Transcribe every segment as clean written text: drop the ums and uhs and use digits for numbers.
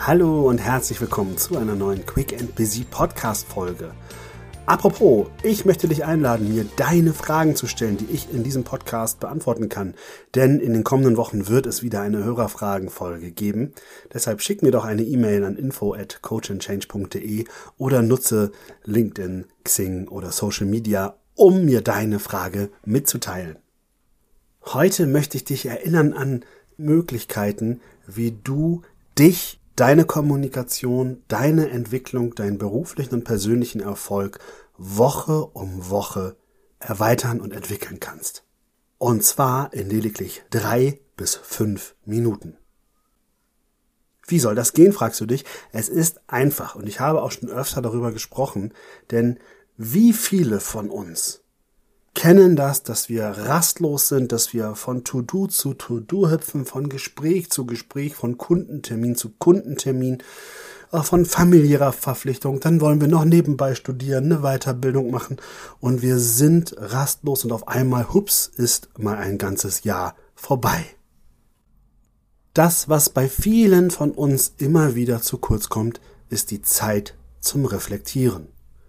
Hallo und herzlich willkommen zu einer neuen Quick and Busy Podcast-Folge. Apropos, ich möchte dich einladen, mir deine Fragen zu stellen, die ich in diesem Podcast beantworten kann. Denn in den kommenden Wochen wird es wieder eine Hörerfragen-Folge geben. Deshalb schick mir doch eine E-Mail an info@coachandchange.de oder nutze LinkedIn, Xing oder Social Media, um mir deine Frage mitzuteilen. Heute möchte ich dich erinnern an Möglichkeiten, wie du dich, deine Kommunikation, deine Entwicklung, deinen beruflichen und persönlichen Erfolg Woche um Woche erweitern und entwickeln kannst. Und zwar in lediglich 3 bis 5 Minuten. Wie soll das gehen, fragst du dich? Es ist einfach und ich habe auch schon öfter darüber gesprochen, denn wie viele von uns kennen das, dass wir rastlos sind, dass wir von To-Do zu To-Do hüpfen, von Gespräch zu Gespräch, von Kundentermin zu Kundentermin, von familiärer Verpflichtung. Dann wollen wir noch nebenbei studieren, eine Weiterbildung machen und wir sind rastlos und auf einmal, hups, ist mal ein ganzes Jahr vorbei. Das, was bei vielen von uns immer wieder zu kurz kommt, ist die Zeit zum Reflektieren.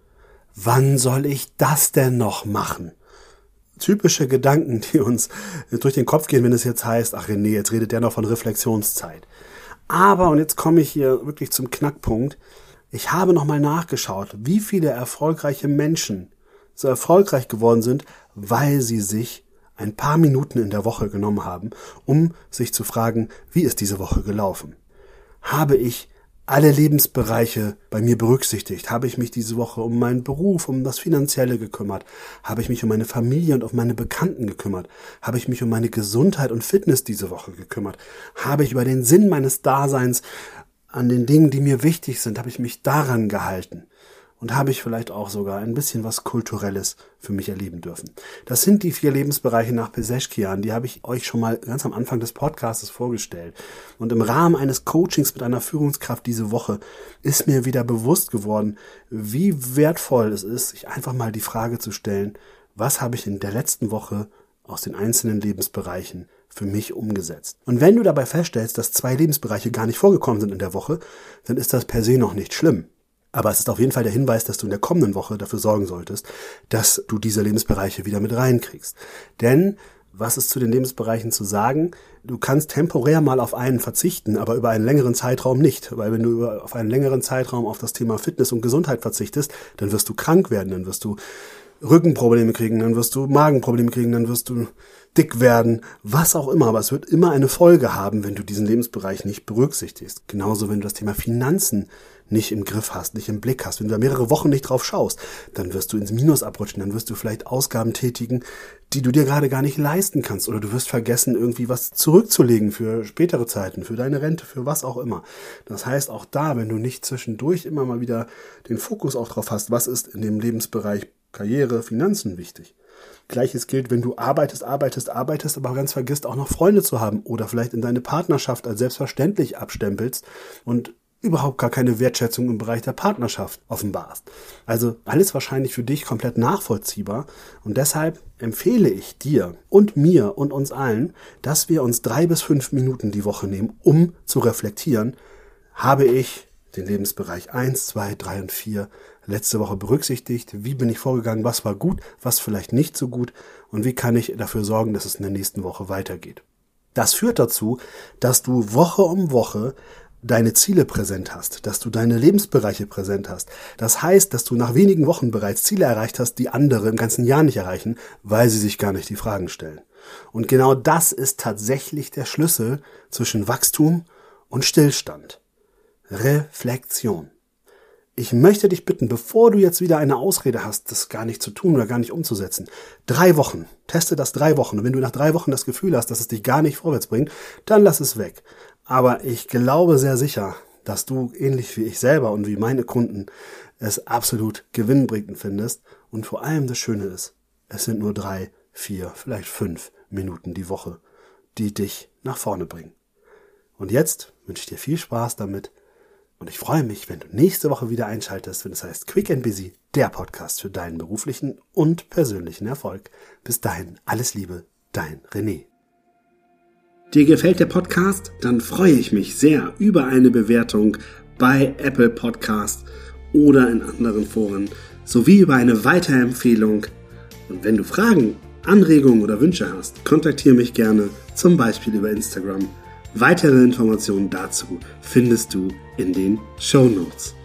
Wann soll ich das denn noch machen? Typische Gedanken, die uns durch den Kopf gehen, wenn es jetzt heißt, ach René, jetzt redet der noch von Reflexionszeit. Aber, und jetzt komme ich hier wirklich zum Knackpunkt, ich habe nochmal nachgeschaut, wie viele erfolgreiche Menschen so erfolgreich geworden sind, weil sie sich ein paar Minuten in der Woche genommen haben, um sich zu fragen, wie ist diese Woche gelaufen? Habe ich alle Lebensbereiche bei mir berücksichtigt? Habe ich mich diese Woche um meinen Beruf, um das Finanzielle gekümmert? Habe ich mich um meine Familie und um meine Bekannten gekümmert? Habe ich mich um meine Gesundheit und Fitness diese Woche gekümmert? Habe ich über den Sinn meines Daseins an den Dingen, die mir wichtig sind, habe ich mich daran gehalten? Und habe ich vielleicht auch sogar ein bisschen was Kulturelles für mich erleben dürfen. Das sind die 4 Lebensbereiche nach Peseschkian, die habe ich euch schon mal ganz am Anfang des Podcasts vorgestellt. Und im Rahmen eines Coachings mit einer Führungskraft diese Woche ist mir wieder bewusst geworden, wie wertvoll es ist, sich einfach mal die Frage zu stellen, was habe ich in der letzten Woche aus den einzelnen Lebensbereichen für mich umgesetzt. Und wenn du dabei feststellst, dass 2 Lebensbereiche gar nicht vorgekommen sind in der Woche, dann ist das per se noch nicht schlimm. Aber es ist auf jeden Fall der Hinweis, dass du in der kommenden Woche dafür sorgen solltest, dass du diese Lebensbereiche wieder mit reinkriegst. Denn was ist zu den Lebensbereichen zu sagen? Du kannst temporär mal auf einen verzichten, aber über einen längeren Zeitraum nicht. Weil wenn du auf einen längeren Zeitraum auf das Thema Fitness und Gesundheit verzichtest, dann wirst du krank werden, dann wirst du Rückenprobleme kriegen, dann wirst du Magenprobleme kriegen, dann wirst du dick werden, was auch immer. Aber es wird immer eine Folge haben, wenn du diesen Lebensbereich nicht berücksichtigst. Genauso, wenn du das Thema Finanzen nicht im Griff hast, nicht im Blick hast. Wenn du da mehrere Wochen nicht drauf schaust, dann wirst du ins Minus abrutschen, dann wirst du vielleicht Ausgaben tätigen, die du dir gerade gar nicht leisten kannst. Oder du wirst vergessen, irgendwie was zurückzulegen für spätere Zeiten, für deine Rente, für was auch immer. Das heißt, auch da, wenn du nicht zwischendurch immer mal wieder den Fokus auch drauf hast, was ist in dem Lebensbereich Karriere, Finanzen wichtig. Gleiches gilt, wenn du arbeitest, aber ganz vergisst auch noch Freunde zu haben oder vielleicht in deine Partnerschaft als selbstverständlich abstempelst und überhaupt gar keine Wertschätzung im Bereich der Partnerschaft offenbarst. Also alles wahrscheinlich für dich komplett nachvollziehbar und deshalb empfehle ich dir und mir und uns allen, dass wir uns 3 bis 5 Minuten die Woche nehmen, um zu reflektieren, habe ich den Lebensbereich 1, 2, 3 und 4 letzte Woche berücksichtigt, wie bin ich vorgegangen, was war gut, was vielleicht nicht so gut und wie kann ich dafür sorgen, dass es in der nächsten Woche weitergeht. Das führt dazu, dass du Woche um Woche deine Ziele präsent hast, dass du deine Lebensbereiche präsent hast. Das heißt, dass du nach wenigen Wochen bereits Ziele erreicht hast, die andere im ganzen Jahr nicht erreichen, weil sie sich gar nicht die Fragen stellen. Und genau das ist tatsächlich der Schlüssel zwischen Wachstum und Stillstand. Reflexion. Ich möchte dich bitten, bevor du jetzt wieder eine Ausrede hast, das gar nicht zu tun oder gar nicht umzusetzen, 3 Wochen, teste das 3 Wochen. Und wenn du nach 3 Wochen das Gefühl hast, dass es dich gar nicht vorwärts bringt, dann lass es weg. Aber ich glaube sehr sicher, dass du, ähnlich wie ich selber und wie meine Kunden, es absolut gewinnbringend findest. Und vor allem das Schöne ist, es sind nur 3, 4, vielleicht 5 Minuten die Woche, die dich nach vorne bringen. Und jetzt wünsche ich dir viel Spaß damit. Und ich freue mich, wenn du nächste Woche wieder einschaltest, wenn es heißt Quick and Busy, der Podcast für deinen beruflichen und persönlichen Erfolg. Bis dahin, alles Liebe, dein René. Dir gefällt der Podcast? Dann freue ich mich sehr über eine Bewertung bei Apple Podcast oder in anderen Foren sowie über eine Weiterempfehlung. Und wenn du Fragen, Anregungen oder Wünsche hast, kontaktiere mich gerne, zum Beispiel über Instagram. Weitere Informationen dazu findest du in den Shownotes.